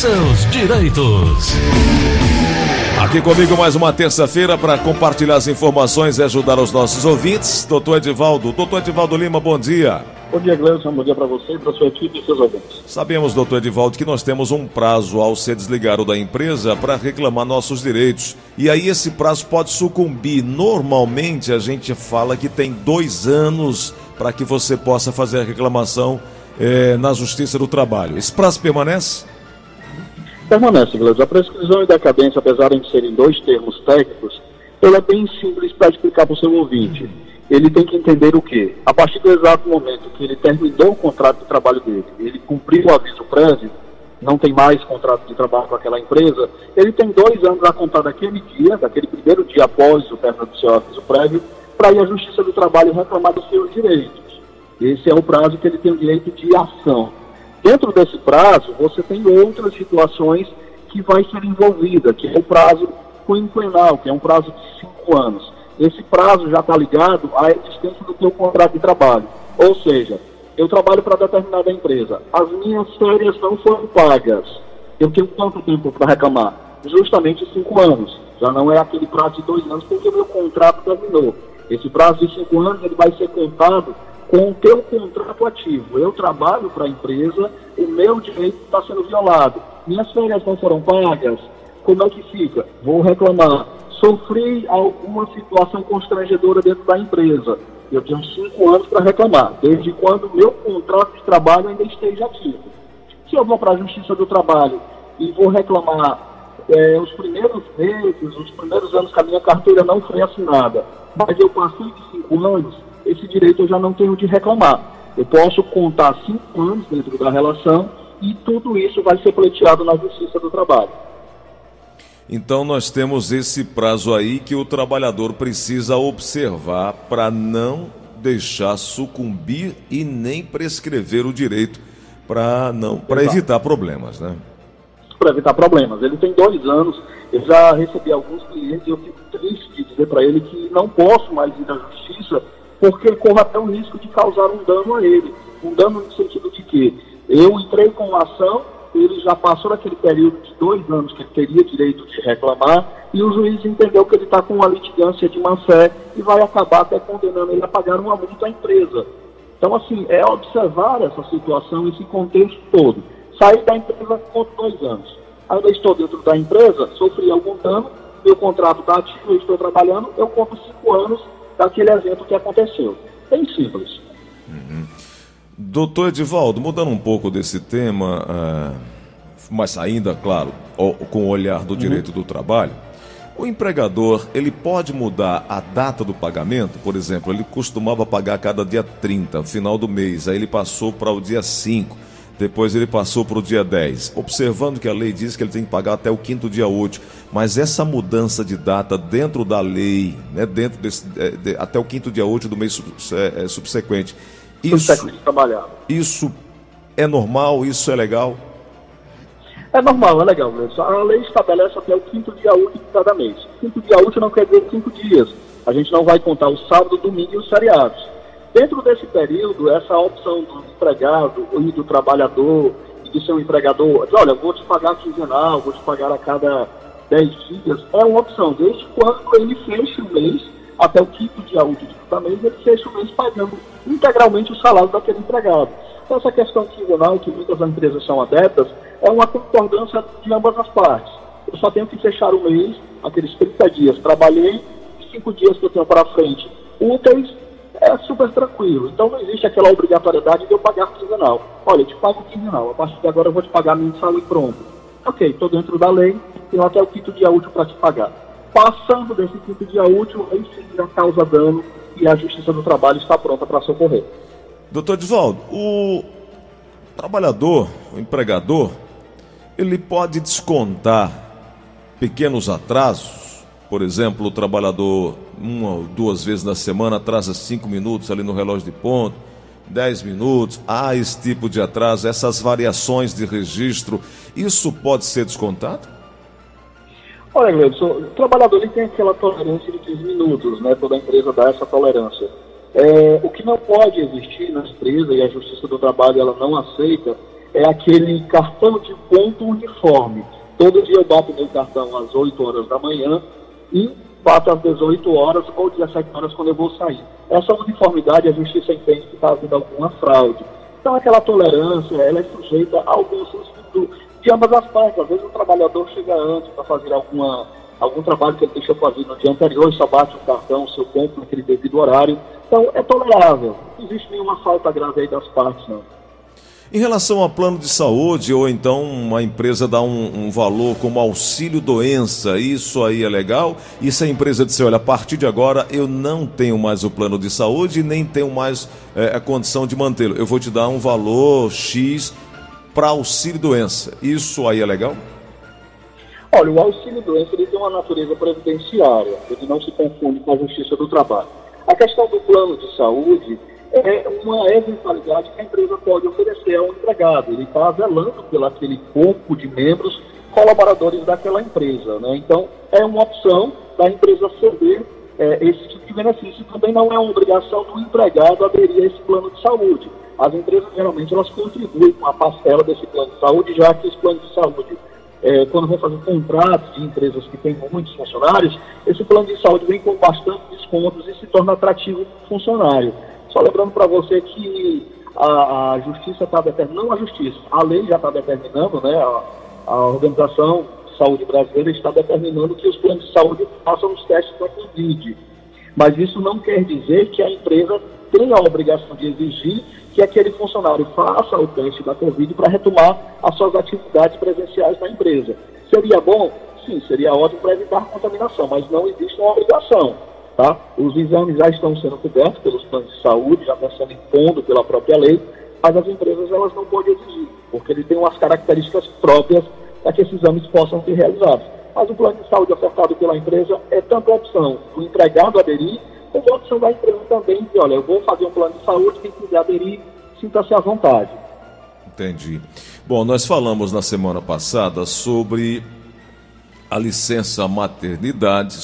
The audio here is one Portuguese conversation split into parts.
seus direitos. Aqui comigo mais uma terça-feira para compartilhar as informações e ajudar os nossos ouvintes. Doutor Edivaldo Lima, bom dia. Bom dia, Gleison. Bom dia para você, para sua equipe e seus ouvintes. Sabemos, doutor Edivaldo, que nós temos um prazo ao ser desligado da empresa para reclamar nossos direitos. E aí esse prazo pode sucumbir. Normalmente a gente fala que tem 2 anos para que você possa fazer a reclamação na Justiça do Trabalho. Esse prazo permanece? Permanece, Gleison. A prescrição e decadência, apesar de serem 2 termos técnicos, ela é bem simples para explicar para o seu ouvinte. Ele tem que entender o quê? A partir do exato momento que ele terminou o contrato de trabalho dele, ele cumpriu o aviso prévio, não tem mais contrato de trabalho com aquela empresa, ele tem 2 anos a contar daquele dia, daquele primeiro dia após o término do seu aviso prévio, para ir à Justiça do Trabalho reclamar dos seus direitos. Esse é o prazo que ele tem o direito de ação. Dentro desse prazo, você tem outras situações que vai ser envolvida, que é o prazo quinquenal, que é um prazo de 5 anos. Esse prazo já está ligado à existência do teu contrato de trabalho. Ou seja, eu trabalho para determinada empresa, as minhas férias não foram pagas. Eu tenho quanto tempo para reclamar? Justamente 5 anos. Já não é aquele prazo de 2 anos, porque o meu contrato terminou. Esse prazo de 5 anos ele vai ser contado com o teu contrato ativo. Eu trabalho para a empresa, o meu direito está sendo violado. Minhas férias não foram pagas, como é que fica? Vou reclamar. Sofri alguma situação constrangedora dentro da empresa. Eu tenho 5 anos para reclamar, desde quando o meu contrato de trabalho ainda esteja ativo. Se eu vou para a Justiça do Trabalho e vou reclamar os primeiros meses, os primeiros anos que a minha carteira não foi assinada, mas eu passei de 5 anos, esse direito eu já não tenho de reclamar. Eu posso contar 5 anos dentro da relação e tudo isso vai ser pleiteado na Justiça do Trabalho. Então nós temos esse prazo aí que o trabalhador precisa observar para não deixar sucumbir e nem prescrever o direito para evitar problemas, né? Para evitar problemas. Ele tem 2 anos, eu já recebi alguns clientes e eu fico triste de dizer para ele que não posso mais ir à Justiça porque corre até o risco de causar um dano a ele. Um dano no sentido de que eu entrei com uma ação, ele já passou naquele período de 2 anos que ele teria direito de reclamar e o juiz entendeu que ele está com uma litigância de má-fé e vai acabar até condenando ele a pagar uma multa à empresa. Então, assim, é observar essa situação, esse contexto todo. Sair da empresa com 2 anos. Ainda estou dentro da empresa, sofri algum dano, meu contrato está ativo, eu estou trabalhando, eu conto 5 anos daquele evento que aconteceu. Bem simples. Doutor Edivaldo, mudando um pouco desse tema, mas ainda, claro, com o olhar do direito do trabalho, o empregador, ele pode mudar a data do pagamento? Por exemplo, ele costumava pagar cada dia 30, final do mês, aí ele passou para o dia 5, depois ele passou para o dia 10, observando que a lei diz que ele tem que pagar até o 5º dia útil, mas essa mudança de data dentro da lei, né, dentro até o 5º dia útil do mês subsequente, isso é normal? Isso é legal? É normal, é legal. A lei estabelece até o 5º dia útil de cada mês. 5º dia útil não quer dizer 5 dias. A gente não vai contar o sábado, domingo e os feriados. Dentro desse período, essa opção do empregado e do trabalhador e do seu empregador, de, olha, vou te pagar quinzenal, vou te pagar a cada 10 dias, é uma opção. Desde quando ele feche o mês, até o 5º dia útil de cada mês, ele fecha o mês pagando integralmente o salário daquele empregado. Então, essa questão quinzenal, que muitas empresas são adeptas, é uma concordância de ambas as partes. Eu só tenho que fechar o mês, aqueles 30 dias, trabalhei, 5 dias que eu tenho para frente úteis, é super tranquilo. Então, não existe aquela obrigatoriedade de eu pagar quinzenal. Olha, eu te pago quinzenal, a partir de agora eu vou te pagar mensal e pronto. Ok, estou dentro da lei, tenho até o 5º dia útil para te pagar. Passando desse 5º dia útil, aí sim já causa dano e a Justiça do Trabalho está pronta para socorrer. Doutor Edivaldo, o trabalhador, o empregador, ele pode descontar pequenos atrasos? Por exemplo, o trabalhador 1 ou 2 vezes na semana atrasa 5 minutos ali no relógio de ponto, 10 minutos, há esse tipo de atraso, essas variações de registro, isso pode ser descontado? Olha, Gleison, o trabalhador ele tem aquela tolerância de 15 minutos, né? Toda empresa dá essa tolerância. O que não pode existir na empresa, e a Justiça do Trabalho ela não aceita, é aquele cartão de ponto uniforme. Todo dia eu bato meu cartão às 8 horas da manhã e bato às 18 horas ou 17 horas quando eu vou sair. Essa uniformidade, a justiça entende que está havendo alguma fraude. Então, aquela tolerância, ela é sujeita a alguns de ambas as partes. Às vezes o trabalhador chega antes para fazer algum trabalho que ele deixou fazer no dia anterior e só bate o cartão, o seu ponto naquele devido horário. Então, é tolerável. Não existe nenhuma falta grave aí das partes, não. Em relação ao plano de saúde, ou então uma empresa dá um valor como auxílio-doença, isso aí é legal? E se a empresa disser, olha, a partir de agora eu não tenho mais o plano de saúde, nem tenho mais a condição de mantê-lo, eu vou te dar um valor X para auxílio-doença, isso aí é legal? Olha, o auxílio-doença ele tem uma natureza previdenciária, ele não se confunde com a Justiça do Trabalho. A questão do plano de saúde é uma eventualidade que a empresa pode oferecer ao empregado. Ele está zelando pelo aquele corpo de membros colaboradores daquela empresa, né? Então, é uma opção da empresa ceder esse tipo de benefício. Também não é uma obrigação do empregado aderir a esse plano de saúde. As empresas, geralmente, elas contribuem com a parcela desse plano de saúde, já que esse plano de saúde, quando vão fazer contratos de empresas que têm muitos funcionários, esse plano de saúde vem com bastante descontos e se torna atrativo para o funcionário. Só lembrando para você que a justiça está determinando, não a justiça, a lei já está determinando, né? A Organização de Saúde Brasileira está determinando que os planos de saúde façam os testes da Covid. Mas isso não quer dizer que a empresa tenha a obrigação de exigir que aquele funcionário faça o teste da Covid para retomar as suas atividades presenciais na empresa. Seria bom? Sim, seria ótimo para evitar contaminação, mas não existe uma obrigação. Tá? Os exames já estão sendo cobertos pelos planos de saúde, já estão sendo impondo pela própria lei, mas as empresas elas não podem exigir, porque ele tem umas características próprias para que esses exames possam ser realizados. Mas o plano de saúde ofertado pela empresa é tanto a opção do empregado aderir, como a opção da empresa também de, olha, eu vou fazer um plano de saúde, quem quiser aderir, sinta-se à vontade. Entendi. Bom, nós falamos na semana passada sobre a licença maternidade,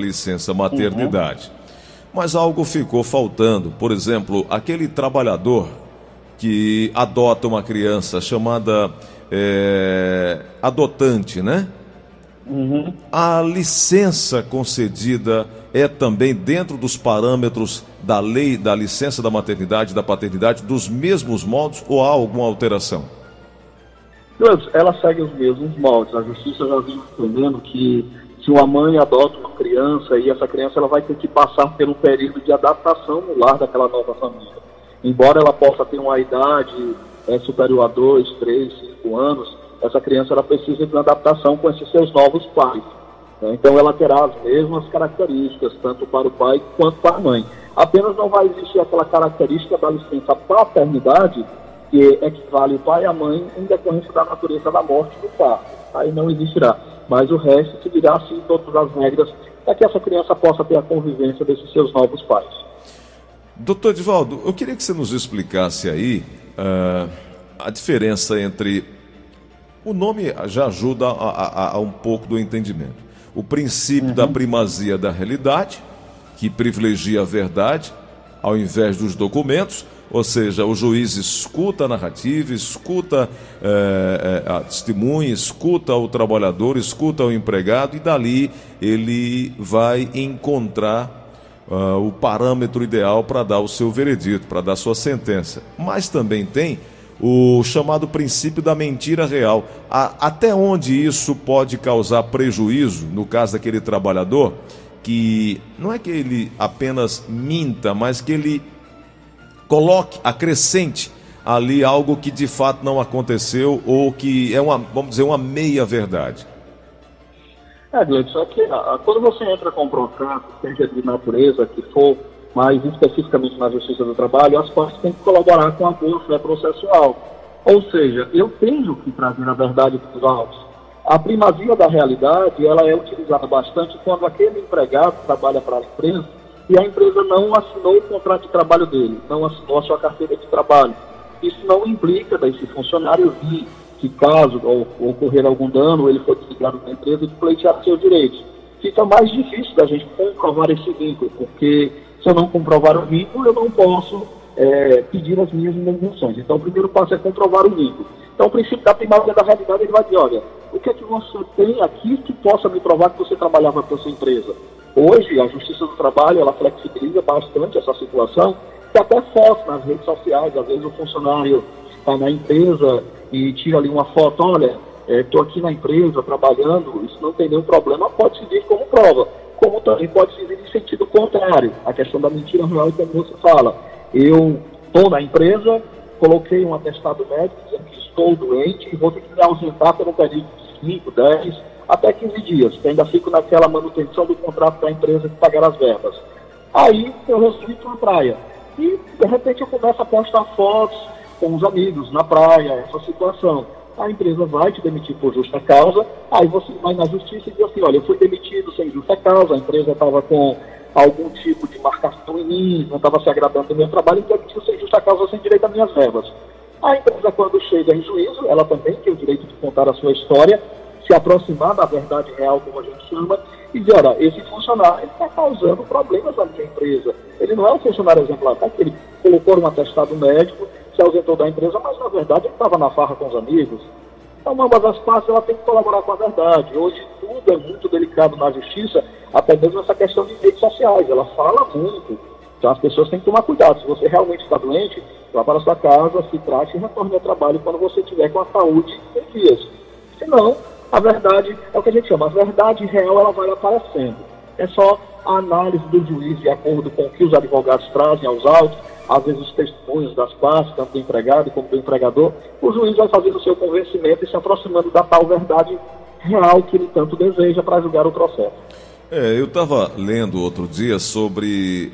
mas algo ficou faltando. Por exemplo, aquele trabalhador que adota uma criança chamada adotante, né? A licença concedida é também dentro dos parâmetros da lei da licença da maternidade e da paternidade, dos mesmos modos, ou há alguma alteração? Ela segue os mesmos moldes. A justiça já vem entendendo que se uma mãe adota uma criança e essa criança ela vai ter que passar pelo período de adaptação no lar daquela nova família. Embora ela possa ter uma idade superior a 2, 3, 5 anos, essa criança ela precisa de uma adaptação com esses seus novos pais. Né? Então ela terá as mesmas características, tanto para o pai quanto para a mãe. Apenas não vai existir aquela característica da licença paternidade, que equivale o pai e a mãe em decorrência da natureza da morte do parto. Aí não existirá. Mas o resto seguirá, sim, todas as regras para que essa criança possa ter a convivência desses seus novos pais. Doutor Edivaldo, eu queria que você nos explicasse aí a diferença entre... O nome já ajuda a um pouco do entendimento. O princípio da primazia da realidade, que privilegia a verdade ao invés dos documentos. Ou seja, o juiz escuta a narrativa, escuta a testemunha, escuta o trabalhador, escuta o empregado e dali ele vai encontrar o parâmetro ideal para dar o seu veredito, para dar a sua sentença. Mas também tem o chamado princípio da mentira real. Até onde isso pode causar prejuízo, no caso daquele trabalhador, que não é que ele apenas minta, mas que ele coloque, acrescente ali algo que de fato não aconteceu ou que é vamos dizer, uma meia-verdade. Gleison, só que quando você entra com um processo, seja de natureza que for, mas especificamente na Justiça do Trabalho, as partes têm que colaborar com a boa-fé processual. Ou seja, eu tenho que trazer a verdade para os autos. A primazia da realidade, ela é utilizada bastante quando aquele empregado trabalha para a empresa e a empresa não assinou o contrato de trabalho dele, não assinou a sua carteira de trabalho. Isso não implica desse funcionário vir, que caso ocorrer algum dano, ele for desligado da empresa, de pleitear seus direitos. Fica mais difícil da gente comprovar esse vínculo, porque se eu não comprovar o vínculo, eu não posso pedir as minhas indenizações. Então, o primeiro passo é comprovar o vínculo. Então, o princípio da primazia da realidade, ele vai dizer, olha, o que é que você tem aqui que possa me provar que você trabalhava para a sua empresa? Hoje, a Justiça do Trabalho, ela flexibiliza bastante essa situação, que até foto nas redes sociais, às vezes o funcionário está na empresa e tira ali uma foto, olha, estou aqui na empresa trabalhando, isso não tem nenhum problema, pode servir como prova, como também pode servir em sentido contrário, a questão da mentira real, como você fala, eu estou na empresa, coloquei um atestado médico dizendo que estou doente e vou ter que me ausentar por um período de 5, 10, até 15 dias, que ainda fico naquela manutenção do contrato da empresa de pagar as verbas. Aí eu resolvi ir para a praia. E, de repente, eu começo a postar fotos com os amigos na praia, essa situação. A empresa vai te demitir por justa causa, aí você vai na justiça e diz assim, olha, eu fui demitido sem justa causa, a empresa estava com algum tipo de marcação em mim, não estava se agradando do meu trabalho, então demitiu sem justa causa, sem direito às minhas verbas. A empresa, quando chega em juízo, ela também tem o direito de contar a sua história, se aproximar da verdade real, como a gente chama, e dizer, olha, esse funcionário está causando problemas na minha empresa. Ele não é um funcionário exemplar, tá? Ele colocou um atestado médico, se ausentou da empresa, mas na verdade ele estava na farra com os amigos. Então, ambas as partes, ela tem que colaborar com a verdade. Hoje tudo é muito delicado na justiça, até mesmo essa questão de redes sociais, ela fala muito. Então as pessoas têm que tomar cuidado. Se você realmente está doente, vá para a sua casa, se trate e retorne ao trabalho quando você estiver com a saúde em dias. Senão, a verdade, é o que a gente chama, a verdade real, ela vai aparecendo. É só a análise do juiz de acordo com o que os advogados trazem aos autos, às vezes os testemunhos das partes, tanto do empregado como do empregador, o juiz vai fazendo o seu convencimento e se aproximando da tal verdade real que ele tanto deseja para julgar o processo. Eu estava lendo outro dia sobre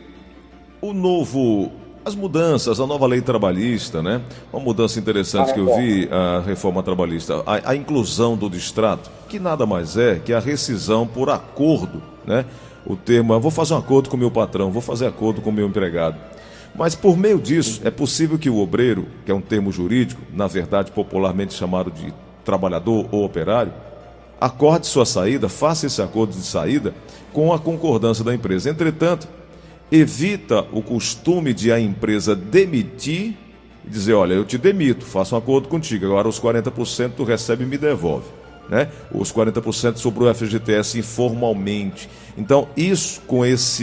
as mudanças, a nova lei trabalhista, né? Uma mudança interessante que eu vi, a reforma trabalhista, a inclusão do distrato, que nada mais é que a rescisão por acordo, né? O termo, eu vou fazer um acordo com o meu patrão, vou fazer acordo com o meu empregado. Mas por meio disso, é possível que o obreiro, que é um termo jurídico, na verdade popularmente chamado de trabalhador ou operário, acorde sua saída, faça esse acordo de saída com a concordância da empresa. Entretanto, evita o costume de a empresa demitir e dizer, olha, eu te demito, faço um acordo contigo, agora os 40% tu recebe e me devolve, né? Os 40% sobre o FGTS informalmente. Então, isso com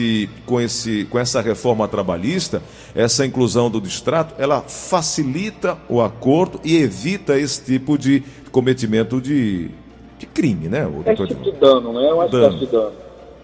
essa reforma trabalhista, essa inclusão do distrato, ela facilita o acordo e evita esse tipo de cometimento de crime, né? É tipo de dano, né? É uma espécie de dano.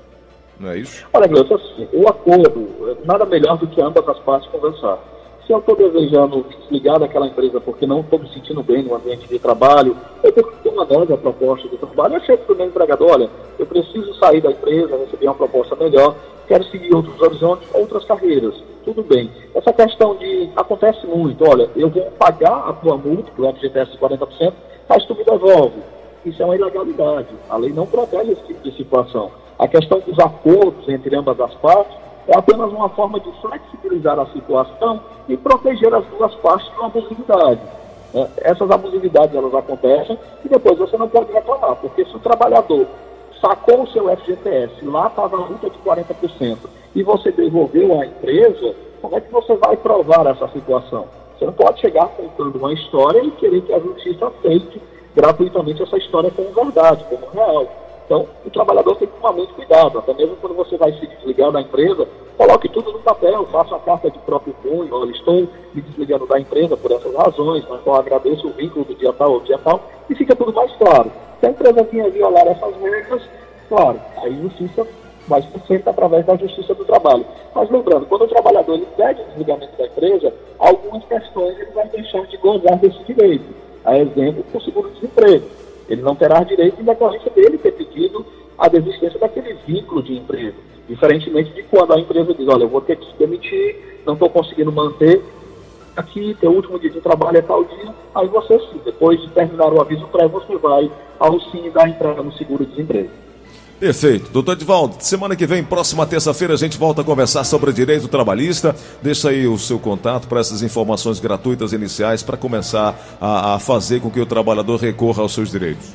Não é isso? Olha, Gleuton, assim, o acordo, nada melhor do que ambas as partes conversar. Se eu estou desejando me desligar daquela empresa porque não estou me sentindo bem no ambiente de trabalho, ou porque tem uma nova proposta de trabalho, eu chego para o meu empregador, olha, eu preciso sair da empresa, receber uma proposta melhor, quero seguir outros horizontes, outras carreiras. Tudo bem. Essa questão acontece muito, olha, eu vou pagar a tua multa, do FGTS de 40%, mas tu me devolve. Isso é uma ilegalidade. A lei não protege esse tipo de situação. A questão dos acordos entre ambas as partes é apenas uma forma de flexibilizar a situação e proteger as duas partes de uma abusividade. Essas abusividades, elas acontecem e depois você não pode reclamar, porque se o trabalhador sacou o seu FGTS, lá estava a multa de 40%, e você devolveu à empresa, como é que você vai provar essa situação? Você não pode chegar contando uma história e querer que a justiça aceite gratuitamente essa história como verdade, como real. Então, o trabalhador tem que tomar muito cuidado, até mesmo quando você vai se desligar da empresa, coloque tudo no papel, faça uma carta de próprio punho, olha, estou me desligando da empresa por essas razões, mas eu agradeço o vínculo do dia tal ao dia tal, e fica tudo mais claro. Se a empresa vinha violar essas regras, claro, a justiça vai ser feita através da Justiça do Trabalho. Mas lembrando, quando o trabalhador ele pede o desligamento da empresa, algumas questões ele vai deixar de gozar desse direito. A exemplo, o seguro-desemprego. Ele não terá direito em decorrência dele ter pedido a desistência daquele vínculo de emprego. Diferentemente de quando a empresa diz, olha, eu vou ter que te demitir, não estou conseguindo manter, aqui, teu último dia de trabalho é tal dia, aí você sim, depois de terminar o aviso prévio, você vai ao Cine dar entrada no seguro-desemprego. Perfeito. Doutor Edivaldo, semana que vem, próxima terça-feira, a gente volta a conversar sobre direito trabalhista. Deixa aí o seu contato para essas informações gratuitas iniciais para começar a fazer com que o trabalhador recorra aos seus direitos.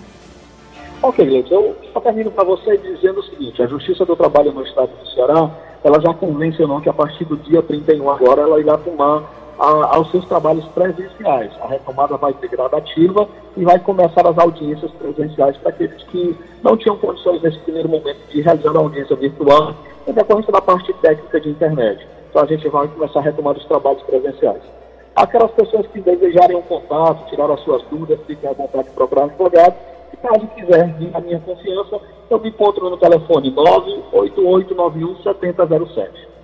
Ok, Gleison, eu só termino para você dizendo o seguinte, a Justiça do Trabalho no Estado do Ceará, ela já convencionou que a partir do dia 31 agora ela irá tomar aos seus trabalhos presenciais. A retomada vai ser gradativa e vai começar as audiências presenciais para aqueles que não tinham condições nesse primeiro momento de realizar a audiência virtual em decorrência da parte técnica de internet. Então a gente vai começar a retomar os trabalhos presenciais. Aquelas pessoas que desejarem um contato, tirar as suas dúvidas, fiquem à vontade de procurar um advogado. E caso quiser vir à minha confiança, eu me encontro no telefone 98891 7007.